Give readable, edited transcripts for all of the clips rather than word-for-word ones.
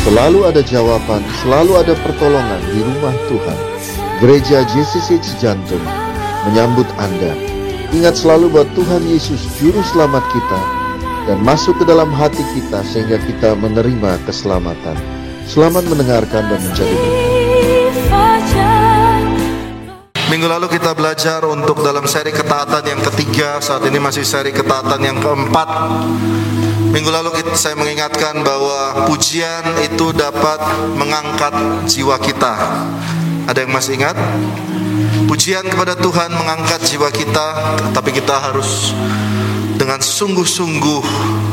Selalu ada jawaban, selalu ada pertolongan di rumah Tuhan. Gereja JCC Cijantung menyambut Anda. Ingat selalu bahwa Tuhan Yesus Juru Selamat kita dan masuk ke dalam hati kita sehingga kita menerima keselamatan. Selamat mendengarkan dan menjadi berkat. Minggu lalu kita belajar untuk dalam seri ketaatan yang ketiga. Saat ini masih seri ketaatan yang keempat. Minggu lalu saya mengingatkan bahwa pujian itu dapat mengangkat jiwa kita. Ada yang masih ingat? Pujian kepada Tuhan mengangkat jiwa kita, tapi kita harus dengan sungguh-sungguh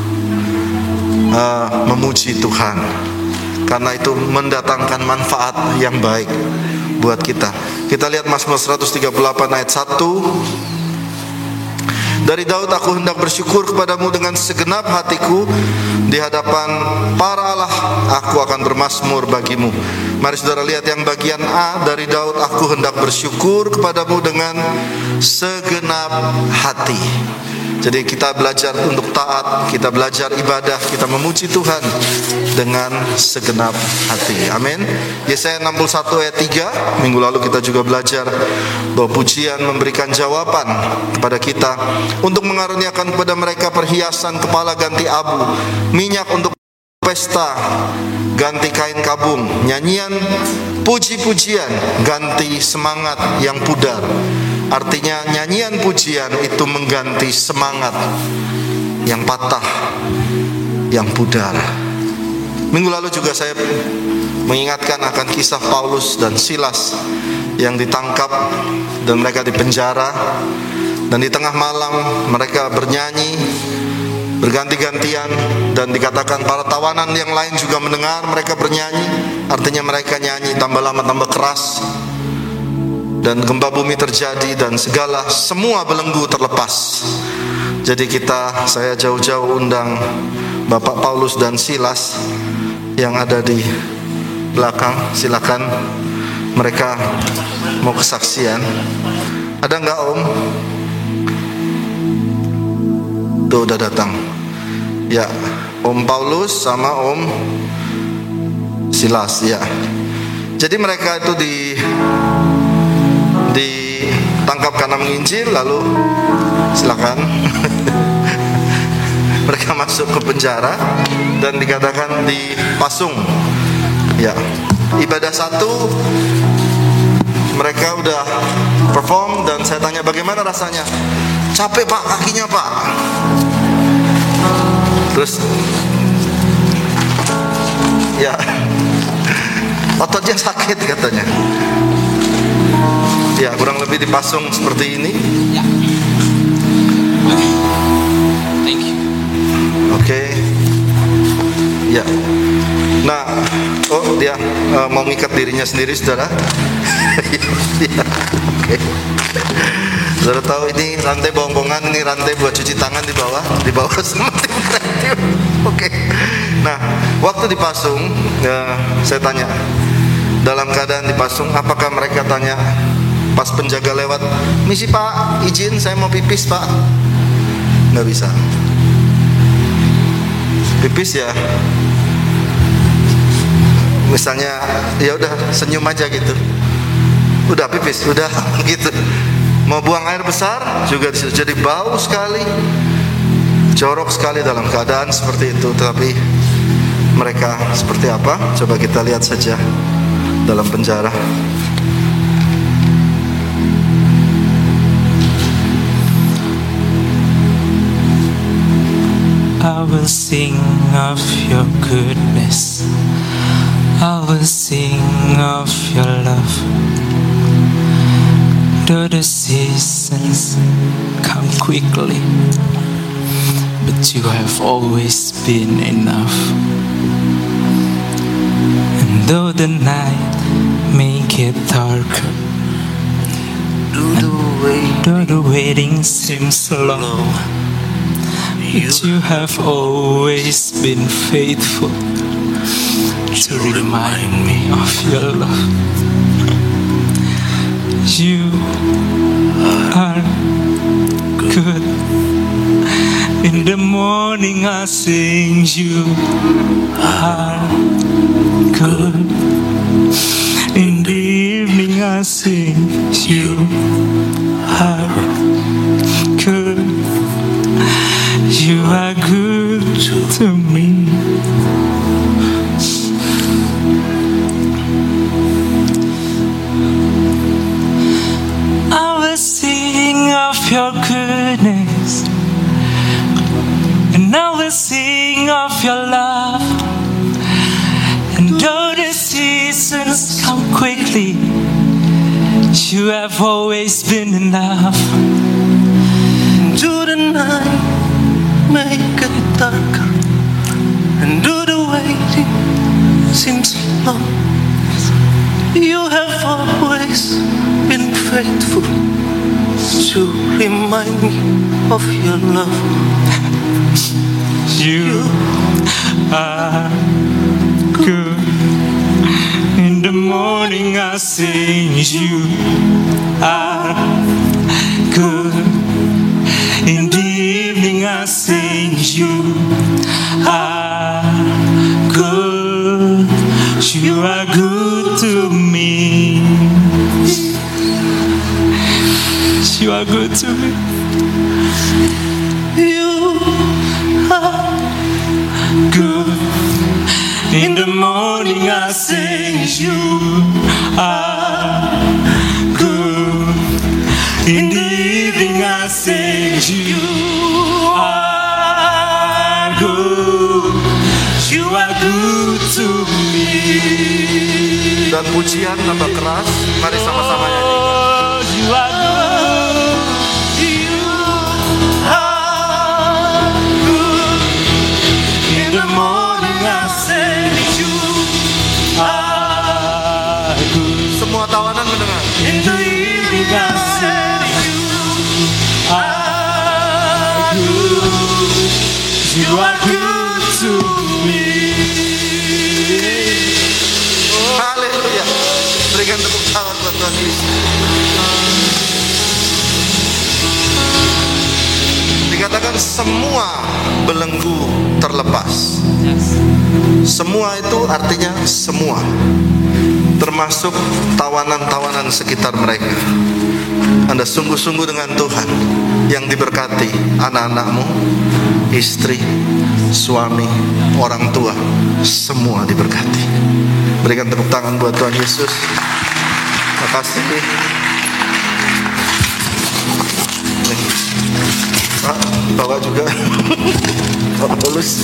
memuji Tuhan, karena itu mendatangkan manfaat yang baik buat kita. Kita lihat Mazmur 138 ayat 1. Dari Daud, aku hendak bersyukur kepadamu dengan segenap hatiku, di hadapan para Allah aku akan bermazmur bagimu. Mari saudara lihat yang bagian A dari Daud, aku hendak bersyukur kepadamu dengan segenap hati. Jadi kita belajar untuk taat, kita belajar ibadah, kita memuji Tuhan dengan segenap hati. Amin. Yesaya 61 ayat 3. Minggu lalu kita juga belajar bahwa pujian memberikan jawaban kepada kita untuk mengaruniakan kepada mereka perhiasan kepala ganti abu, minyak untuk pesta ganti kain kabung, nyanyian puji-pujian ganti semangat yang pudar. Artinya nyanyian pujian itu mengganti semangat yang patah, yang pudar. Minggu lalu juga saya mengingatkan akan kisah Paulus dan Silas yang ditangkap dan mereka dipenjara, dan di tengah malam mereka bernyanyi berganti-gantian, dan dikatakan para tawanan yang lain juga mendengar mereka bernyanyi. Artinya mereka nyanyi tambah lama tambah keras, dan gempa bumi terjadi dan semua belenggu terlepas. Jadi saya jauh-jauh undang Bapak Paulus dan Silas yang ada di belakang. Silakan, mereka mau kesaksian. Ada nggak Om? Tuh udah datang. Ya, Om Paulus sama Om Silas ya. Jadi mereka itu ditangkap karena menginjil, lalu silakan mereka masuk ke penjara dan dikatakan dipasung. Ya, ibadah satu mereka udah perform, dan saya tanya bagaimana rasanya. Capek Pak, kakinya Pak. Terus ya, ototnya sakit katanya. Ya, kurang lebih dipasung seperti ini. Ya. Thank you. Oke. Ya. Nah, dia mau mengikat dirinya sendiri, saudara. Ya. Oke. Saudara tahu ini rantai bongkongan, ini rantai buat cuci tangan di bawah sama tim kreatif. Oke. Nah, waktu dipasung, saya tanya, dalam keadaan dipasung, apakah mereka tanya pas penjaga lewat, misi Pak, izin saya mau pipis Pak? Nggak bisa. Pipis ya, misalnya ya udah senyum aja gitu, udah pipis, udah gitu. Mau buang air besar juga jadi bau sekali, jorok sekali dalam keadaan seperti itu. Tetapi mereka seperti apa? Coba kita lihat saja dalam penjara. I will sing of your goodness, I will sing of your love. Though the seasons come quickly, but you have always been enough. And though the night may get darker, though the waiting seems long, but you have always been faithful to remind me of your love. You are good. In the morning I sing, you are good. In the evening I sing, you are good. You are good to me. I will sing of your goodness, and I will sing of your love. And though the seasons come quickly, you have always been enough. Do the night make it darker, and do the waiting seems long. You have always been faithful to remind me of your love. You are good. In the morning I sing, you are good. In the evening I sing, you are good. You are good to me. You are good to me. You are Good. In the morning I sing, you are good. In the evening I sing, you are good. You are good to me. Dan pujian tambah keras. Mari sama-sama nyanyi. You are good. You are good. In the morning I sing, you are good. Semua tawanan mendengar. In the evening I sing, you are good. You are good to me. Haleluya. Berikan tepuk tangan buat Tuhan Yesus. Dikatakan semua belenggu terlepas. Semua itu artinya semua, termasuk tawanan-tawanan sekitar mereka. Anda sungguh-sungguh dengan Tuhan yang diberkati, anak-anakmu, istri, suami, orang tua, semua diberkati. Berikan tepuk tangan buat Tuhan Yesus. Terima kasih. Pak, bawa juga Pak Paulus.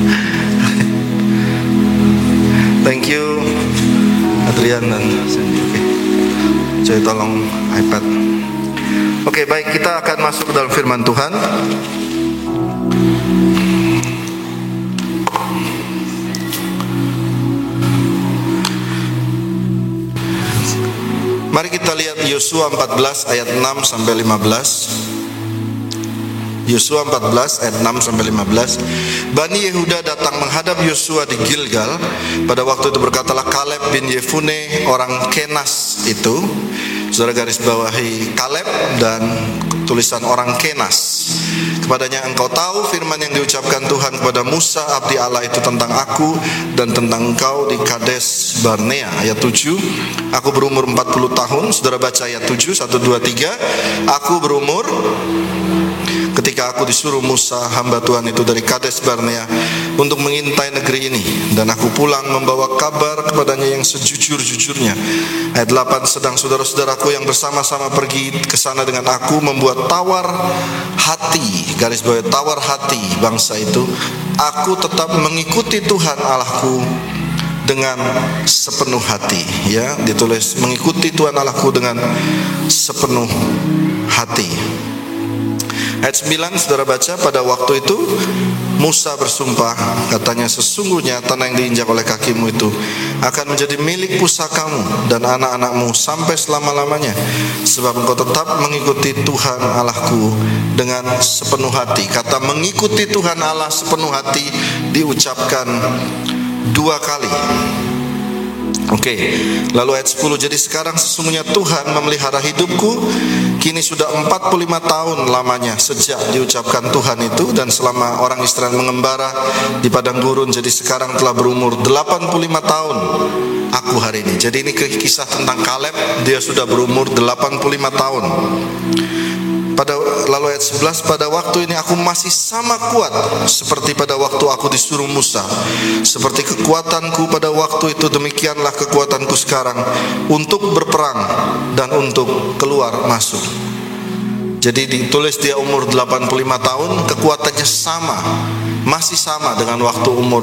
Thank you Adrian dan Sandy. Jadi tolong iPad. Oke, baik, kita akan masuk ke dalam firman Tuhan. Mari kita lihat Yosua 14 ayat 6 sampai 15. Yosua 14 ayat 6 sampai 15. Bani Yehuda datang menghadap Yosua di Gilgal. Pada waktu itu berkatalah Kaleb bin Yefune orang Kenas itu. Saudara garis bawahi Kaleb dan tulisan orang Kenas. Kepadanya, engkau tahu firman yang diucapkan Tuhan kepada Musa abdi Allah itu tentang aku dan tentang engkau di Kades Barnea. Ayat 7. Aku berumur 40 tahun. Saudara baca ayat 7, 1, 2, 3. Aku berumur ketika aku disuruh Musa hamba Tuhan itu dari Kades Barnea untuk mengintai negeri ini, dan aku pulang membawa kabar kepadanya yang sejujur-jujurnya. Ayat 8. Sedang saudara-saudaraku yang bersama-sama pergi ke sana dengan aku membuat tawar hati, garis bawah tawar hati bangsa itu, aku tetap mengikuti Tuhan Allahku dengan sepenuh hati. Ya, ditulis mengikuti Tuhan Allahku dengan sepenuh hati. Ayat 9, saudara baca, pada waktu itu Musa bersumpah, katanya, sesungguhnya tanah yang diinjak oleh kakimu itu akan menjadi milik pusakamu dan anak-anakmu sampai selama-lamanya, sebab engkau tetap mengikuti Tuhan Allahku dengan sepenuh hati. Kata mengikuti Tuhan Allah sepenuh hati diucapkan 2 kali. Oke, lalu ayat 10, jadi sekarang sesungguhnya Tuhan memelihara hidupku Kini sudah 45 tahun lamanya sejak diucapkan Tuhan itu, dan selama orang Israel mengembara di padang gurun, jadi sekarang telah berumur 85 tahun aku hari ini. Jadi ini kisah tentang Kaleb, dia sudah berumur 85 tahun. Lalu ayat 11, pada waktu ini aku masih sama kuat seperti pada waktu aku disuruh Musa. Seperti kekuatanku pada waktu itu, demikianlah kekuatanku sekarang untuk berperang dan untuk keluar masuk. Jadi ditulis dia umur 85 tahun, kekuatannya sama, masih sama dengan waktu umur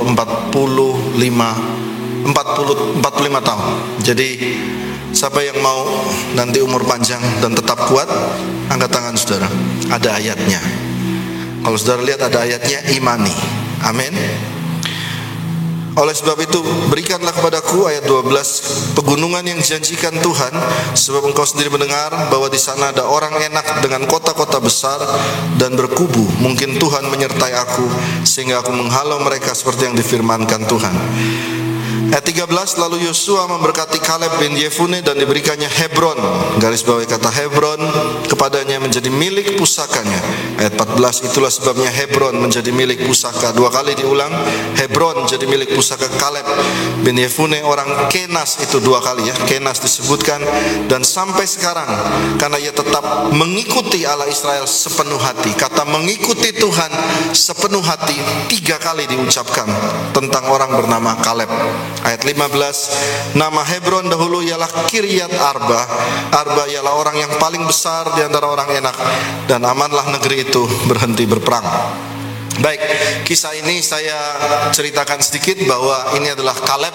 45 tahun. Jadi siapa yang mau nanti umur panjang dan tetap kuat, angkat tangan saudara. Ada ayatnya. Kalau saudara lihat ada ayatnya, imani. Amin. Oleh sebab itu, berikanlah kepadaku, ayat 12, pegunungan yang dijanjikan Tuhan, sebab engkau sendiri mendengar bahwa di sana ada orang enak dengan kota-kota besar dan berkubu. Mungkin Tuhan menyertai aku sehingga aku menghalau mereka seperti yang difirmankan Tuhan. Ayat 13, lalu Yosua memberkati Kaleb bin Yefune dan diberikannya Hebron, garis bawahi kata Hebron, kepadanya menjadi milik pusakanya. Ayat 14, itulah sebabnya Hebron menjadi milik pusaka. Dua kali diulang, Hebron jadi milik pusaka Kaleb bin Yefune orang Kenas, itu dua kali ya, Kenas disebutkan. Dan sampai sekarang, karena ia tetap mengikuti Allah Israel sepenuh hati. Kata mengikuti Tuhan sepenuh hati 3 kali diucapkan tentang orang bernama Kaleb. Ayat 15, nama Hebron dahulu ialah Kiryat Arba. Arba ialah orang yang paling besar di antara orang enak, dan amanlah negeri itu berhenti berperang. Baik, kisah ini saya ceritakan sedikit bahwa ini adalah Kaleb.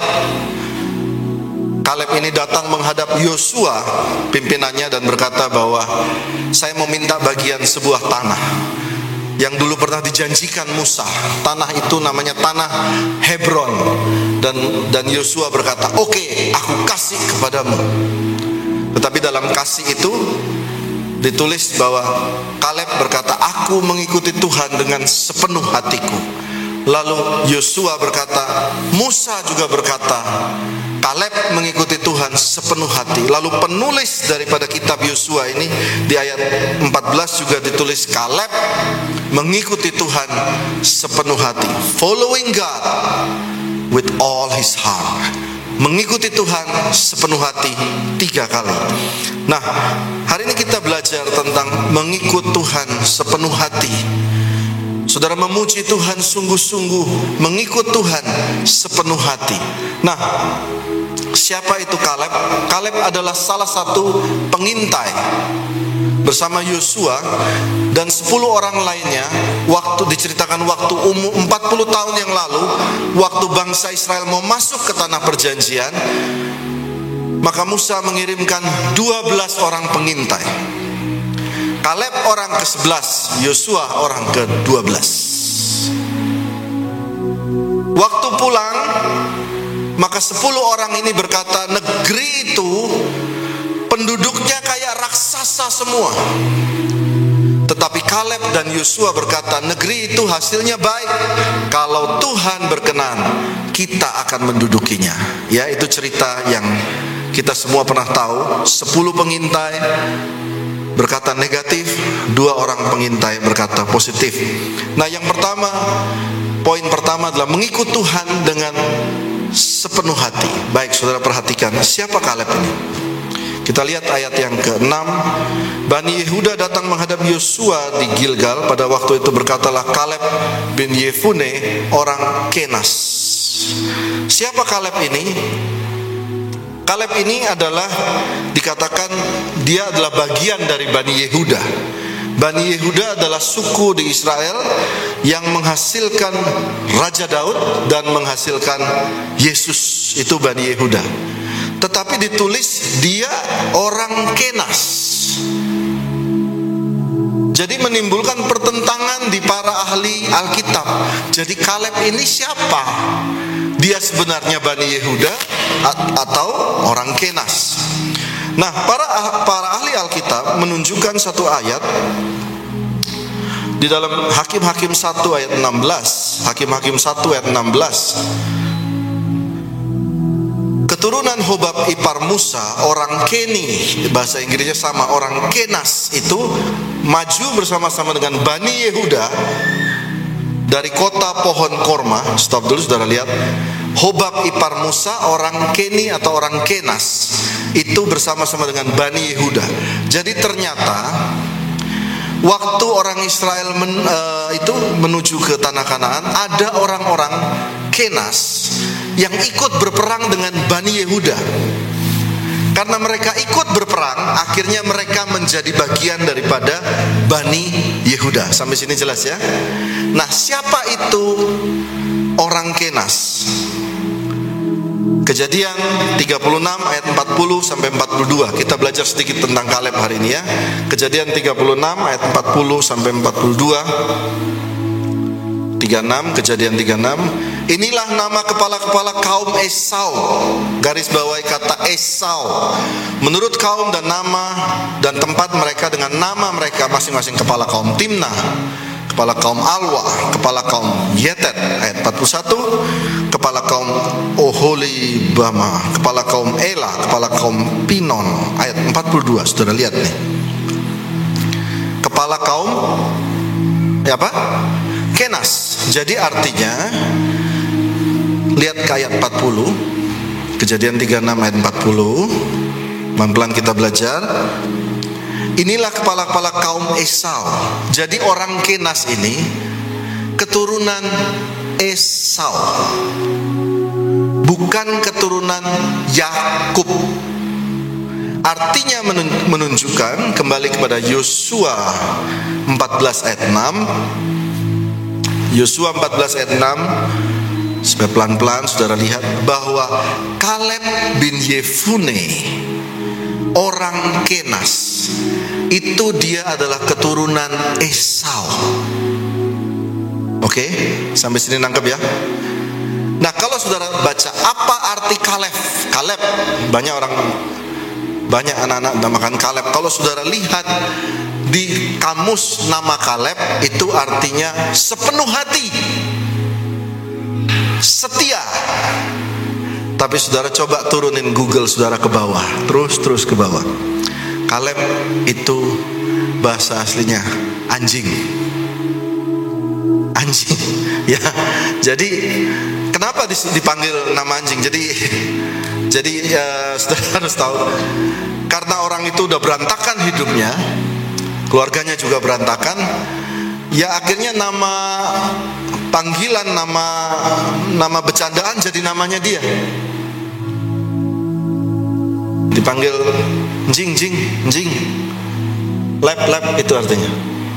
Kaleb ini datang menghadap Yosua pimpinannya dan berkata bahwa saya mau minta bagian sebuah tanah yang dulu pernah dijanjikan Musa. Tanah itu namanya tanah Hebron. Dan Yosua berkata, oke, aku kasih kepadamu. Tetapi dalam kasih itu ditulis bahwa Kaleb berkata, aku mengikuti Tuhan dengan sepenuh hatiku. Lalu Yosua berkata, Musa juga berkata, Kaleb mengikuti Tuhan sepenuh hati. Lalu penulis daripada kitab Yosua ini di ayat 14 juga ditulis Kaleb mengikuti Tuhan sepenuh hati. Following God with all his heart. Mengikuti Tuhan sepenuh hati 3 kali. Nah, hari ini kita belajar tentang mengikut Tuhan sepenuh hati. Saudara memuji Tuhan sungguh-sungguh, mengikut Tuhan sepenuh hati. Nah, siapa itu Kaleb? Kaleb adalah salah satu pengintai bersama Yosua dan 10 orang lainnya. Waktu diceritakan waktu umur 40 tahun yang lalu, waktu bangsa Israel mau masuk ke tanah perjanjian, maka Musa mengirimkan 12 orang pengintai. Kaleb orang ke-11, Yosua orang ke-12. Waktu pulang, maka 10 orang ini berkata, negeri itu penduduknya kayak raksasa semua. Tetapi Kaleb dan Yosua berkata, negeri itu hasilnya baik. Kalau Tuhan berkenan, kita akan mendudukinya. Ya, itu cerita yang kita semua pernah tahu. 10 pengintai berkata negatif, 2 orang pengintai berkata positif. Nah, yang pertama, poin pertama adalah mengikut Tuhan dengan sepenuh hati. Baik, saudara perhatikan, siapa Kaleb ini? Kita lihat ayat yang ke-6. Bani Yehuda datang menghadap Yosua di Gilgal. Pada waktu itu berkatalah Kaleb bin Yefune orang Kenas. Siapa Kaleb ini? Kaleb ini adalah, dikatakan dia adalah bagian dari Bani Yehuda. Bani Yehuda adalah suku di Israel yang menghasilkan Raja Daud dan menghasilkan Yesus. Itu Bani Yehuda. Tetapi ditulis dia orang Kenas. Jadi menimbulkan pertentangan di para ahli Alkitab. Jadi Kaleb ini siapa? Dia sebenarnya Bani Yehuda atau orang Kenas? Nah, para ahli Alkitab menunjukkan satu ayat di dalam Hakim-Hakim 1 ayat 16. Hakim-Hakim 1 ayat 16. Keturunan Hobab ipar Musa, orang Keni, bahasa Inggrisnya sama, orang Kenas itu maju bersama-sama dengan Bani Yehuda dari kota pohon korma. Stop dulu saudara, lihat. Hobab ipar Musa, orang Keni atau orang Kenas itu bersama-sama dengan Bani Yehuda. Jadi ternyata waktu orang Israel itu menuju ke tanah Kanaan, ada orang-orang Kenas yang ikut berperang dengan Bani Yehuda. Karena mereka ikut berperang, akhirnya mereka menjadi bagian daripada Bani Yehuda. Sampai sini jelas ya? Nah, siapa itu orang Kenas? Kejadian 36 ayat 40 sampai 42. Kita belajar sedikit tentang Kaleb hari ini ya. Kejadian 36 ayat 40 sampai 42. 36, Kejadian 36. Inilah nama kepala-kepala kaum Esau. Garis bawahi kata Esau. Menurut kaum dan nama dan tempat mereka dengan nama mereka masing-masing. Kepala kaum Timnah, kepala kaum Alwa, kepala kaum Yetet ayat 41, kepala kaum Oholibama, kepala kaum Ela, kepala kaum Pinon ayat 42. Saudara lihat nih. Kepala kaum apa? Kenas. Jadi artinya lihat ke ayat 40, Kejadian 36 ayat 40. Pelan-pelan kita belajar. Inilah kepala-kepala kaum Esau. Jadi orang Kenas ini keturunan Esau, bukan keturunan Yakub. Artinya menunjukkan, kembali kepada Yosua 14 ayat 6. Yosua 14 ayat 6. Supaya pelan-pelan saudara lihat bahwa Kaleb bin Yefune, orang Kenas, itu dia adalah keturunan Esau. Oke, sampai sini nangkep ya. Nah, kalau saudara baca apa arti Kaleb? Kaleb, banyak anak-anak namakan Kaleb. Kalau saudara lihat di kamus nama Kaleb, itu artinya sepenuh hati, setia. Tapi saudara coba turunin Google saudara ke bawah, terus ke bawah. Kaleb itu bahasa aslinya anjing. Anjing ya. Jadi kenapa dipanggil nama anjing? Jadi saudara harus tahu, karena orang itu udah berantakan hidupnya, keluarganya juga berantakan, ya akhirnya nama panggilan, nama bercandaan jadi namanya dia. Dipanggil jing, lab itu artinya.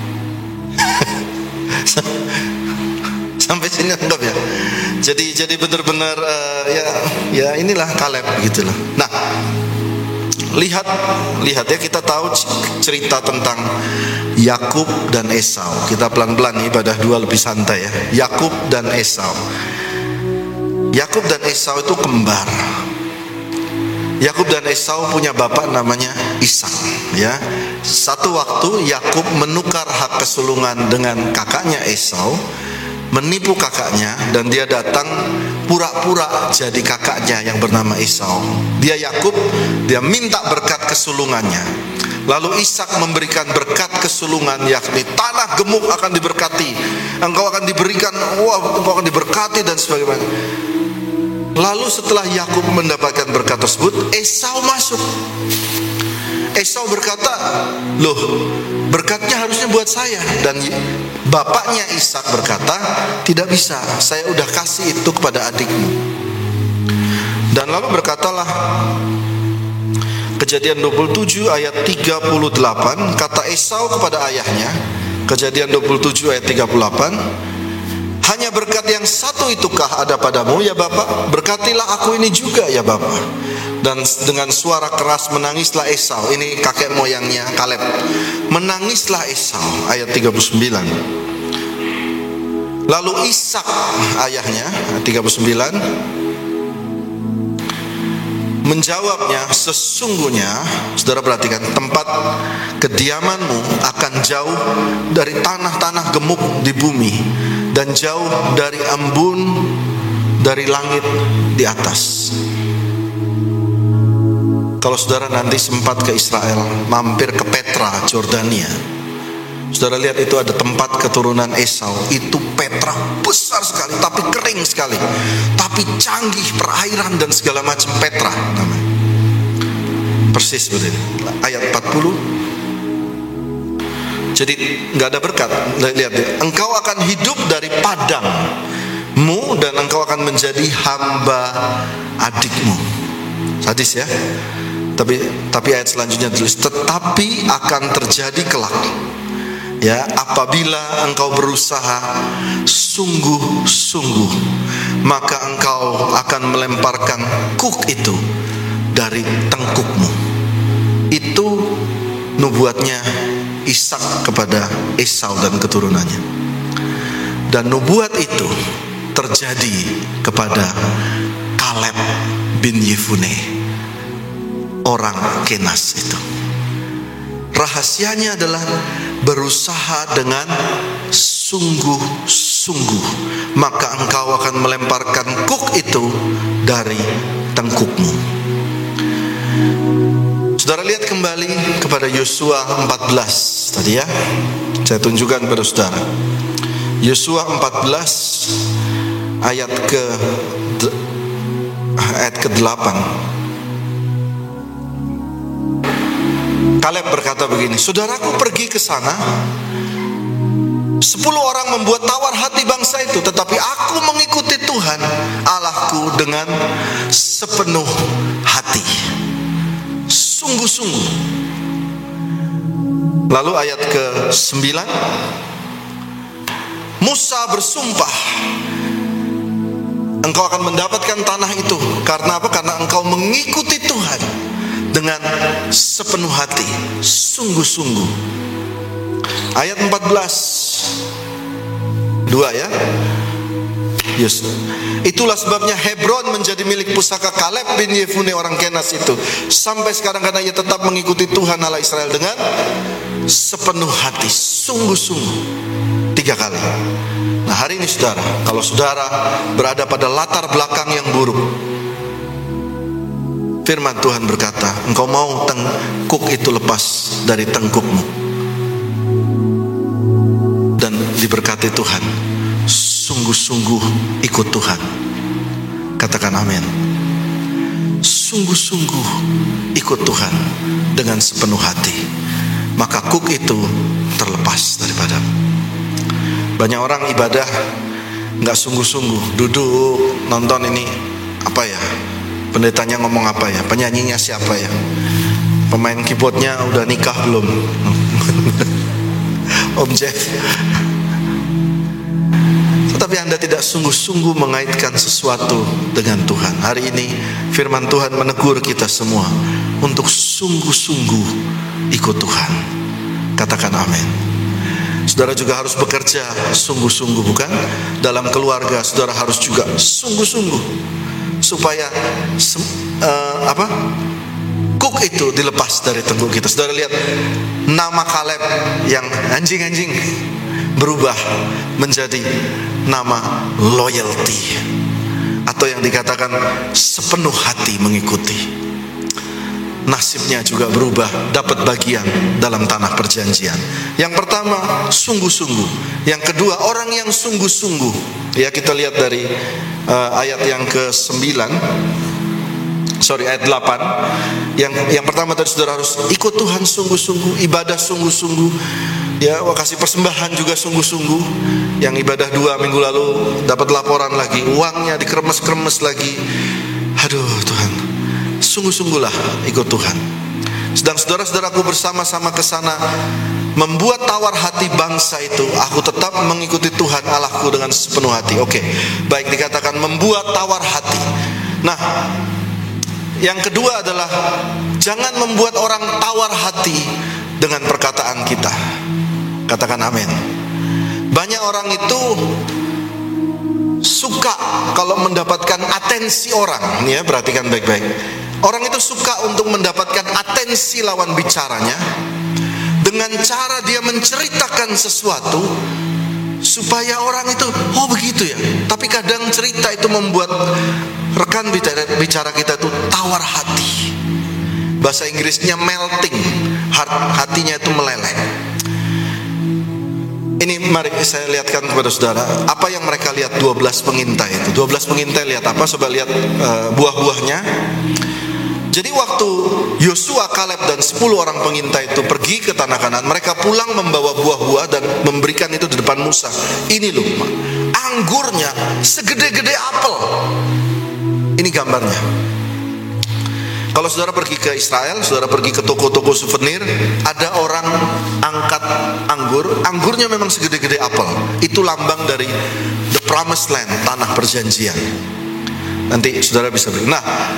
Sampai sini anggap ya. Jadi benar-benar ya inilah Kaleb gitulah. Nah, lihat ya, kita tahu cerita tentang Yakub dan Esau. Kita pelan-pelan nih, ibadah dua lebih santai ya. Yakub dan Esau. Yakub dan Esau itu kembar. Yakub dan Esau punya bapak namanya Ishak ya. Satu waktu Yakub menukar hak kesulungan dengan kakaknya Esau, menipu kakaknya, dan dia datang pura-pura jadi kakaknya yang bernama Esau. Dia Yakub, dia minta berkat kesulungannya. Lalu Ishak memberikan berkat kesulungan, yakni tanah gemuk akan diberkati, engkau akan diberikan, engkau akan diberkati dan sebagainya. Lalu setelah Yakub mendapatkan berkat tersebut, Esau masuk. Esau berkata, loh, berkatnya harusnya buat saya. Dan bapaknya Ishak berkata, tidak bisa, saya udah kasih itu kepada adikmu. Dan lalu berkatalah, Kejadian 27 ayat 38, kata Esau kepada ayahnya, Kejadian 27 ayat 38, hanya berkat yang satu itukah ada padamu ya Bapak? Berkatilah aku ini juga ya Bapak. Dan dengan suara keras menangislah Esau. Ini kakek moyangnya Kaleb. Menangislah Esau, ayat 39. Lalu Ishak ayahnya, 39, menjawabnya, sesungguhnya, saudara perhatikan, tempat kediamanmu akan jauh dari tanah-tanah gemuk di bumi, dan jauh dari embun dari langit di atas. Kalau saudara nanti sempat ke Israel, mampir ke Petra, Jordania, saudara lihat itu ada tempat keturunan Esau. Itu Petra besar sekali, tapi kering sekali, tapi canggih, perairan dan segala macam. Petra namanya. Persis seperti ini. Ayat 40. Jadi nggak ada berkat. Lihat deh, engkau akan hidup dari padangmu dan engkau akan menjadi hamba adikmu. Sadis ya. Tapi ayat selanjutnya tulis, tetapi akan terjadi kelak, ya, apabila engkau berusaha sungguh-sungguh, maka engkau akan melemparkan kuk itu dari tengkukmu. Itu nubuatnya Ishak kepada Esau dan keturunannya. Dan nubuat itu terjadi kepada Kaleb bin Yefune, orang Kenas itu. Rahasianya adalah berusaha dengan sungguh-sungguh, maka engkau akan melemparkan kuk itu dari tengkukmu. Saudara lihat kembali kepada Yosua 14 tadi ya. Saya tunjukkan kepada saudara. Yosua 14 ayat ke-8. Kaleb berkata begini, saudaraku pergi ke sana, 10 orang membuat tawar hati bangsa itu, tetapi aku mengikuti Tuhan Allahku dengan sepenuh hati, sungguh-sungguh. Lalu ayat ke-9, Musa bersumpah, engkau akan mendapatkan tanah itu. Karena apa? Karena engkau mengikuti Tuhan dengan sepenuh hati, sungguh-sungguh. Ayat 14 2 ya. Yes. Itulah sebabnya Hebron menjadi milik pusaka Kaleb bin Yefune orang Kenas itu sampai sekarang, karena ia tetap mengikuti Tuhan Allah Israel dengan sepenuh hati, sungguh-sungguh. 3 kali. Nah hari ini saudara, kalau saudara berada pada latar belakang yang buruk, firman Tuhan berkata, engkau mau tengkuk itu lepas dari tengkukmu dan diberkati Tuhan, sungguh-sungguh ikut Tuhan. Katakan amin. Sungguh-sungguh ikut Tuhan dengan sepenuh hati, maka kuk itu terlepas daripadamu. Banyak orang ibadah nggak sungguh-sungguh, duduk nonton ini apa ya, pendetanya ngomong apa ya, penyanyinya siapa ya, pemain keyboardnya udah nikah belum, Om Jeff. Tetapi Anda tidak sungguh-sungguh mengaitkan sesuatu dengan Tuhan. Hari ini firman Tuhan menegur kita semua untuk sungguh-sungguh ikut Tuhan. Katakan amin. Saudara juga harus bekerja sungguh-sungguh, bukan? Dalam keluarga saudara harus juga sungguh-sungguh supaya kuk itu dilepas dari tengkuk kita. Saudara lihat nama Kaleb yang anjing-anjing berubah menjadi nama loyalty, atau yang dikatakan sepenuh hati mengikuti. Nasibnya juga berubah, dapat bagian dalam tanah perjanjian. Yang pertama sungguh-sungguh, yang kedua orang yang sungguh-sungguh. Ya, kita lihat dari ayat yang ke-9, ayat 8. Yang pertama tadi saudara harus ikut Tuhan sungguh-sungguh, ibadah sungguh-sungguh. Ya, kasih persembahan juga sungguh-sungguh. Yang ibadah 2 minggu lalu dapat laporan lagi, uangnya dikeremes-keremes lagi. Aduh Tuhan, sungguh-sungguhlah ikut Tuhan. Sedang saudara-saudaraku bersama-sama ke sana membuat tawar hati bangsa itu, aku tetap mengikuti Tuhan Allahku dengan sepenuh hati. Oke, baik, dikatakan membuat tawar hati. Nah, yang kedua adalah jangan membuat orang tawar hati dengan perkataan kita. Katakan amin. Banyak orang itu suka kalau mendapatkan atensi orang. Nih ya, perhatikan baik-baik. Orang itu suka untuk mendapatkan atensi lawan bicaranya dengan cara dia menceritakan sesuatu supaya orang itu, oh begitu ya. Tapi kadang cerita itu membuat rekan bicara kita itu tawar hati. bahasa Inggrisnya melting, hatinya itu meleleh. Ini mari saya lihatkan kepada saudara apa yang mereka lihat 12 pengintai itu. 12 pengintai lihat apa? Coba lihat buah-buahnya. Jadi waktu Yosua, Kaleb dan 10 orang pengintai itu pergi ke tanah Kanaan, mereka pulang membawa buah-buah dan memberikan itu di depan Musa. Ini loh, anggurnya segede-gede apel. Ini gambarnya. Kalau saudara pergi ke Israel, saudara pergi ke toko-toko souvenir, ada orang angkat anggurnya memang segede-gede apel. Itu lambang dari the promised land, tanah perjanjian. Nanti saudara bisa beli. Nah,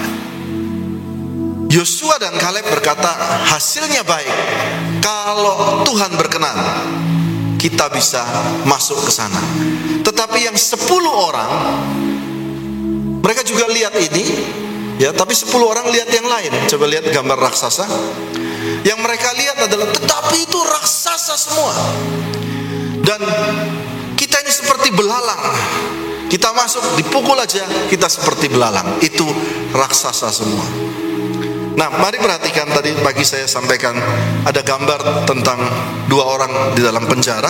Yosua dan Kaleb berkata, hasilnya baik. Kalau Tuhan berkenan, kita bisa masuk ke sana. Tetapi yang 10 orang, mereka juga lihat ini. Ya, tapi 10 orang lihat yang lain. Coba lihat gambar raksasa. Yang mereka lihat adalah, tetapi itu raksasa semua. Dan kita ini seperti belalang. Kita masuk, dipukul aja, kita seperti belalang. Itu raksasa semua. Nah, mari perhatikan tadi pagi saya sampaikan ada gambar tentang 2 orang di dalam penjara.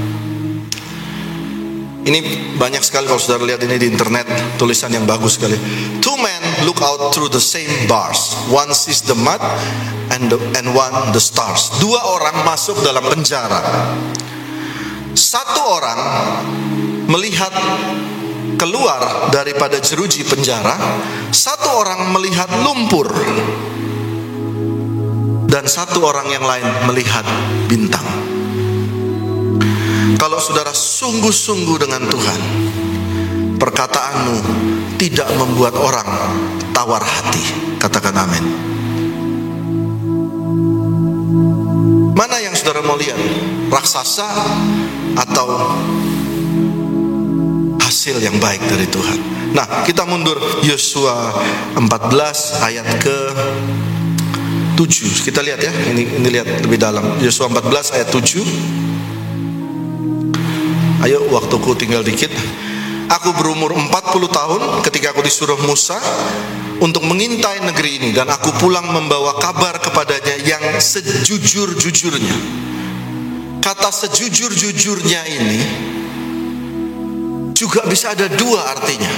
Ini banyak sekali kalau saudara lihat ini di internet, tulisan yang bagus sekali. 2 men look out through the same bars. One sees the mud and one the stars. 2 orang masuk dalam penjara. 1 orang melihat keluar daripada jeruji penjara. 1 orang melihat lumpur. Dan 1 orang yang lain melihat bintang. Kalau saudara sungguh-sungguh dengan Tuhan, perkataanmu tidak membuat orang tawar hati. Katakan amin. Mana yang saudara mau lihat? Raksasa atau hasil yang baik dari Tuhan? Nah, kita mundur Yosua 14 ayat ke 7. Kita lihat ya, ini lihat lebih dalam. Yosua 14 ayat 7. Ayo, waktuku tinggal dikit. Aku berumur 40 tahun ketika aku disuruh Musa untuk mengintai negeri ini, dan aku pulang membawa kabar kepadanya yang sejujur-jujurnya. Kata sejujur-jujurnya ini juga bisa ada 2 artinya.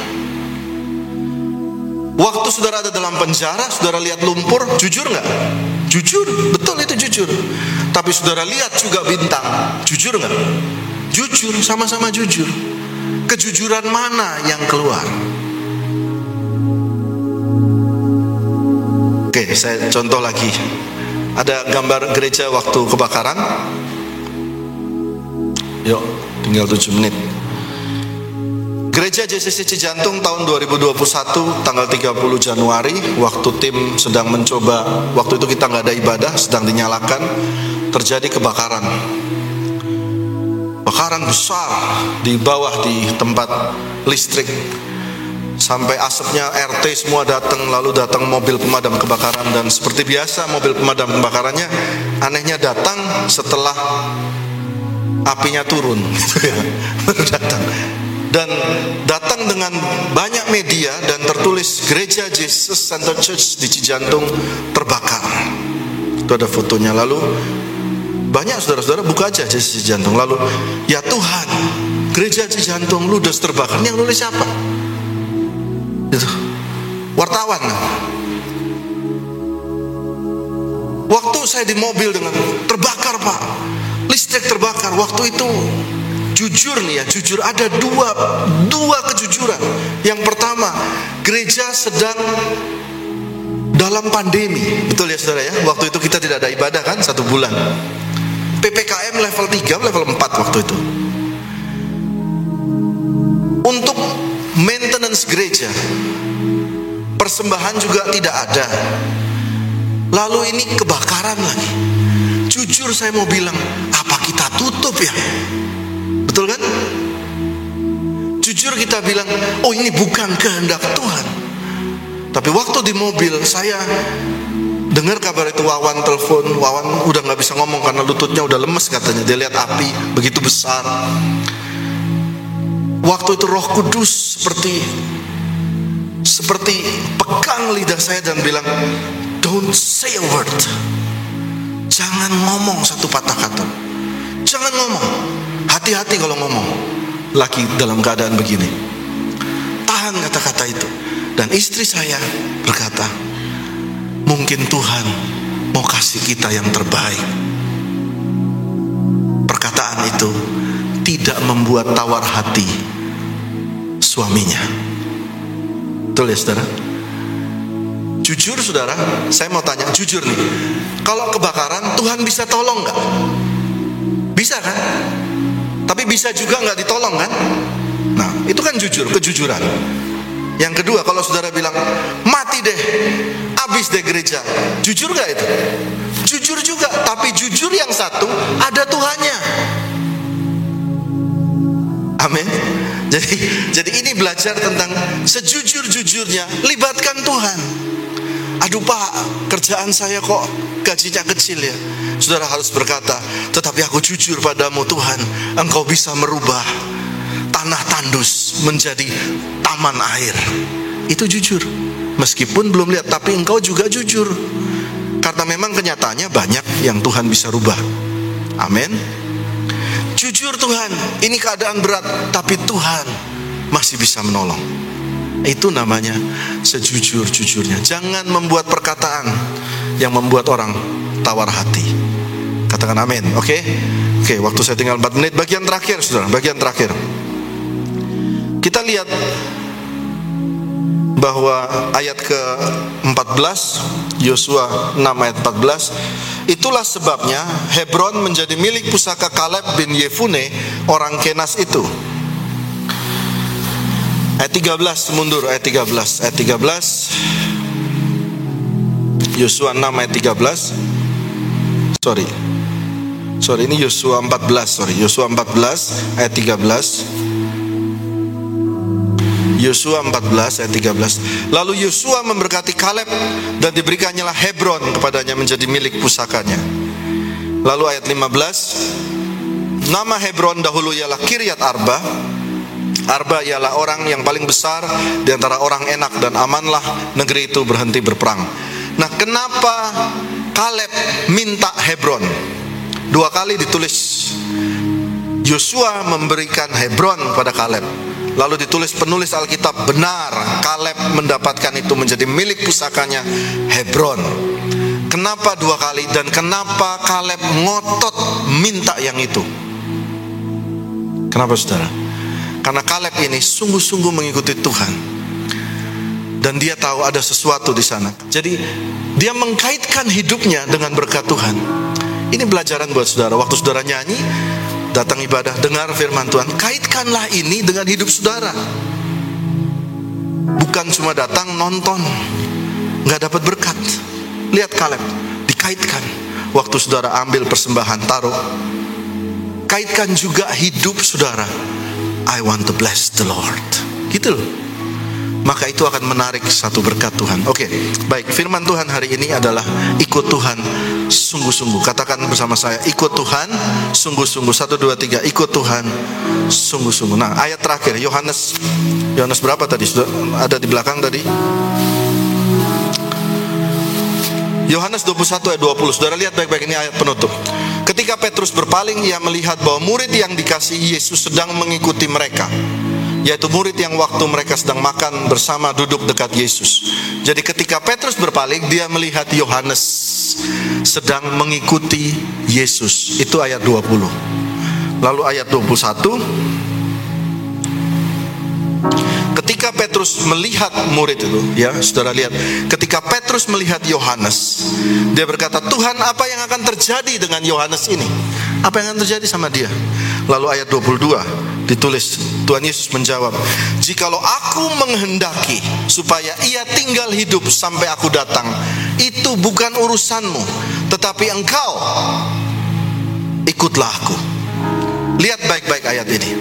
Waktu saudara ada dalam penjara, saudara lihat lumpur, jujur nggak? Jujur, betul itu jujur. Tapi saudara lihat juga bintang, jujur nggak? Jujur, sama-sama jujur. Kejujuran mana yang keluar? Oke, saya contoh lagi. Ada gambar gereja waktu kebakaran. Yuk, tinggal 7 menit. Gereja JCC Cijantung tahun 2021 tanggal 30 Januari, waktu tim sedang mencoba, waktu itu kita nggak ada ibadah, sedang dinyalakan, terjadi kebakaran. Kebakaran besar di bawah di tempat listrik, sampai asapnya RT semua datang, lalu datang mobil pemadam kebakaran, dan seperti biasa mobil pemadam kebakarannya anehnya datang setelah apinya turun, baru datang. Dan datang dengan banyak media dan tertulis gereja Jesus Center Church di Cijantung terbakar. Itu ada fotonya. Lalu banyak saudara-saudara buka aja Jesus Cijantung. Lalu, ya Tuhan, gereja Cijantung ludes terbakar. Ini yang nulis siapa? Itu wartawan. Waktu saya di mobil dengan terbakar Pak, listrik terbakar. Waktu itu jujur nih ya, jujur ada dua kejujuran. Yang pertama, gereja sedang dalam pandemi. Betul ya saudara ya, waktu itu kita tidak ada ibadah kan 1 bulan. PPKM level 3, level 4 waktu itu. Untuk maintenance gereja, persembahan juga tidak ada. Lalu ini kebakaran lagi. Jujur saya mau bilang, apa kita tutup ya? Betul kan? Jujur kita bilang, oh ini bukan kehendak Tuhan. Tapi waktu di mobil saya dengar kabar itu, Wawan telepon. Wawan udah gak bisa ngomong karena lututnya udah lemes katanya. Dia lihat api begitu besar. Waktu itu Roh Kudus seperti pegang lidah saya dan bilang, Don't say a word. Jangan ngomong satu patah kata. Jangan ngomong. Hati-hati kalau ngomong. Laki dalam keadaan begini. Tahan kata-kata itu. Dan istri saya berkata, mungkin Tuhan mau kasih kita yang terbaik. Perkataan itu tidak membuat tawar hati suaminya. Betul ya saudara? Jujur saudara, saya mau tanya jujur nih. Kalau kebakaran Tuhan bisa tolong gak? Bisa kan? Tapi bisa juga gak ditolong kan? Nah itu kan jujur, kejujuran. Yang kedua, kalau saudara bilang mati deh, habis deh gereja, jujur gak itu? Jujur juga, tapi jujur yang satu ada Tuhannya. Amin. Jadi ini belajar tentang sejujur-jujurnya libatkan Tuhan. Aduh Pak, kerjaan saya kok gajinya kecil ya. Saudara harus berkata, tetapi aku jujur padamu Tuhan, Engkau bisa merubah tanah tandus menjadi taman air. Itu jujur. Meskipun belum lihat, tapi engkau juga jujur. Karena memang kenyataannya banyak yang Tuhan bisa rubah. Amin. Jujur Tuhan, ini keadaan berat, tapi Tuhan masih bisa menolong. Itu namanya sejujur-jujurnya. Jangan membuat perkataan yang membuat orang tawar hati. Katakan amin. Oke, waktu saya tinggal 4 menit. Bagian terakhir saudara, bagian terakhir. Kita lihat bahwa ayat ke-14, Yosua 6 ayat 14, itulah sebabnya Hebron menjadi milik pusaka Kaleb bin Yefune orang Kenas itu. Ayat 13, mundur ayat 13. Ayat 13 Yosua 6 ayat 13. Sorry ini Yosua 14. Yosua 14 ayat 13. Yosua 14 ayat 13. Lalu Yosua memberkati Kaleb dan diberikannya lah Hebron kepadanya menjadi milik pusakanya. Lalu ayat 15, nama Hebron dahulu ialah Kiryat Arba. Arba ialah orang yang paling besar di antara orang Enak, dan amanlah negeri itu berhenti berperang. Nah, kenapa Kaleb minta Hebron? 2 kali ditulis Yosua memberikan Hebron pada Kaleb. Lalu ditulis penulis Alkitab, benar Kaleb mendapatkan itu menjadi milik pusakanya Hebron. Kenapa 2 kali? Dan kenapa Kaleb ngotot minta yang itu? Kenapa saudara? Karena Kaleb ini sungguh-sungguh mengikuti Tuhan, dan dia tahu ada sesuatu di sana. Jadi dia mengkaitkan hidupnya dengan berkat Tuhan. Ini pelajaran buat saudara. Waktu saudara nyanyi, datang ibadah, dengar firman Tuhan, kaitkanlah ini dengan hidup saudara. Bukan cuma datang nonton, gak dapat berkat. Lihat Kaleb, dikaitkan. Waktu saudara ambil persembahan, taruh, kaitkan juga hidup saudara. I want to bless the Lord. Gitu loh. Maka itu akan menarik satu berkat Tuhan. Oke, baik. Firman Tuhan hari ini adalah ikut Tuhan sungguh-sungguh. Katakan bersama saya, ikut Tuhan sungguh-sungguh. 1, 2, 3, ikut Tuhan sungguh-sungguh. Nah, ayat terakhir Yohanes berapa tadi? Sudah ada di belakang tadi. Yohanes 21 ayat 20. Saudara lihat baik-baik, ini ayat penutup. Ketika Petrus berpaling, ia melihat bahwa murid yang dikasihi Yesus sedang mengikuti mereka, yaitu murid yang waktu mereka sedang makan bersama duduk dekat Yesus. Jadi ketika Petrus berpaling, dia melihat Yohanes sedang mengikuti Yesus. Itu ayat 20. Lalu ayat 21, ketika Petrus melihat murid itu, ya saudara lihat, ketika Petrus melihat Yohanes, dia berkata, Tuhan, apa yang akan terjadi dengan Yohanes ini? Apa yang akan terjadi sama dia? Lalu ayat 22 ditulis, Tuhan Yesus menjawab, jikalau aku menghendaki supaya ia tinggal hidup sampai aku datang, itu bukan urusanmu, tetapi engkau ikutlah aku. Lihat baik-baik ayat ini.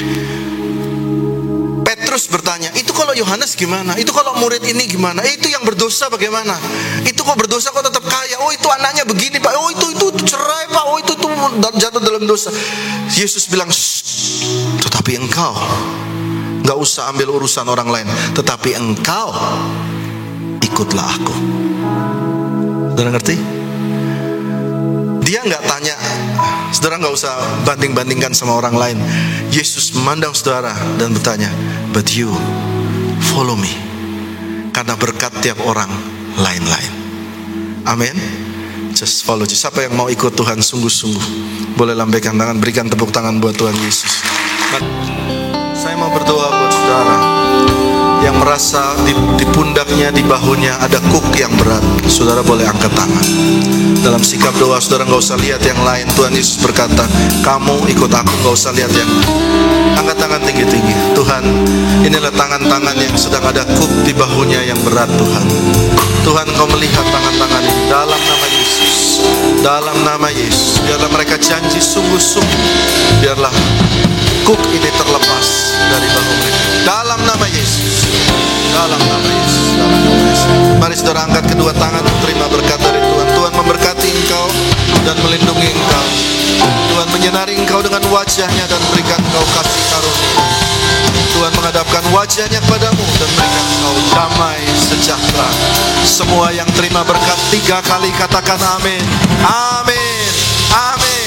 Petrus bertanya, itu kalau Yohanes gimana? Itu kalau murid ini gimana? Itu yang berdosa bagaimana? Itu kok berdosa kok tetap kaya? Oh, itu anaknya begini Pak. Oh, itu cerai Pak. Oh, itu jatuh dalam dosa. Yesus bilang, tetapi engkau gak usah ambil urusan orang lain, tetapi engkau ikutlah aku. Saudara ngerti? Dia nggak tanya, saudara nggak usah banding-bandingkan sama orang lain. Yesus memandang saudara dan bertanya, but you follow me. Karena berkat tiap orang lain-lain. Amin. Just follow. Siapa yang mau ikut Tuhan sungguh-sungguh, boleh lambaikan tangan, berikan tepuk tangan buat Tuhan Yesus. Saya mau berdoa buat saudara yang merasa di pundaknya, di bahunya ada kuk yang berat. Saudara boleh angkat tangan. Dalam sikap doa saudara gak usah lihat yang lain. Tuhan Yesus berkata, kamu ikut aku, gak usah lihat yang lain. Angkat tangan tinggi-tinggi. Tuhan, inilah tangan-tangan yang sedang ada kuk di bahunya yang berat. Tuhan, Tuhan Kau melihat tangan-tangan ini. Dalam nama Yesus, dalam nama Yesus, biarlah mereka janji sungguh-sungguh, biarlah kuk ini terlepas dari bahu mereka. Dalam nama Yesus, dalam nama Yesus, dalam nama Yesus. Mari saudara angkat kedua tangan, terima berkat dari Tuhan. Tuhan memberkati engkau dan melindungi engkau. Tuhan menyinari engkau dengan wajahnya dan berikan engkau kasih karunia. Tuhan menghadapkan wajahnya kepadamu dan berikan engkau damai sejahtera. Semua yang terima berkat 3 kali katakan amin. Amin. Amin.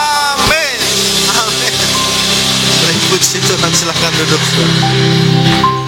Amin. Amin. Puji Tuhan, silakan duduk.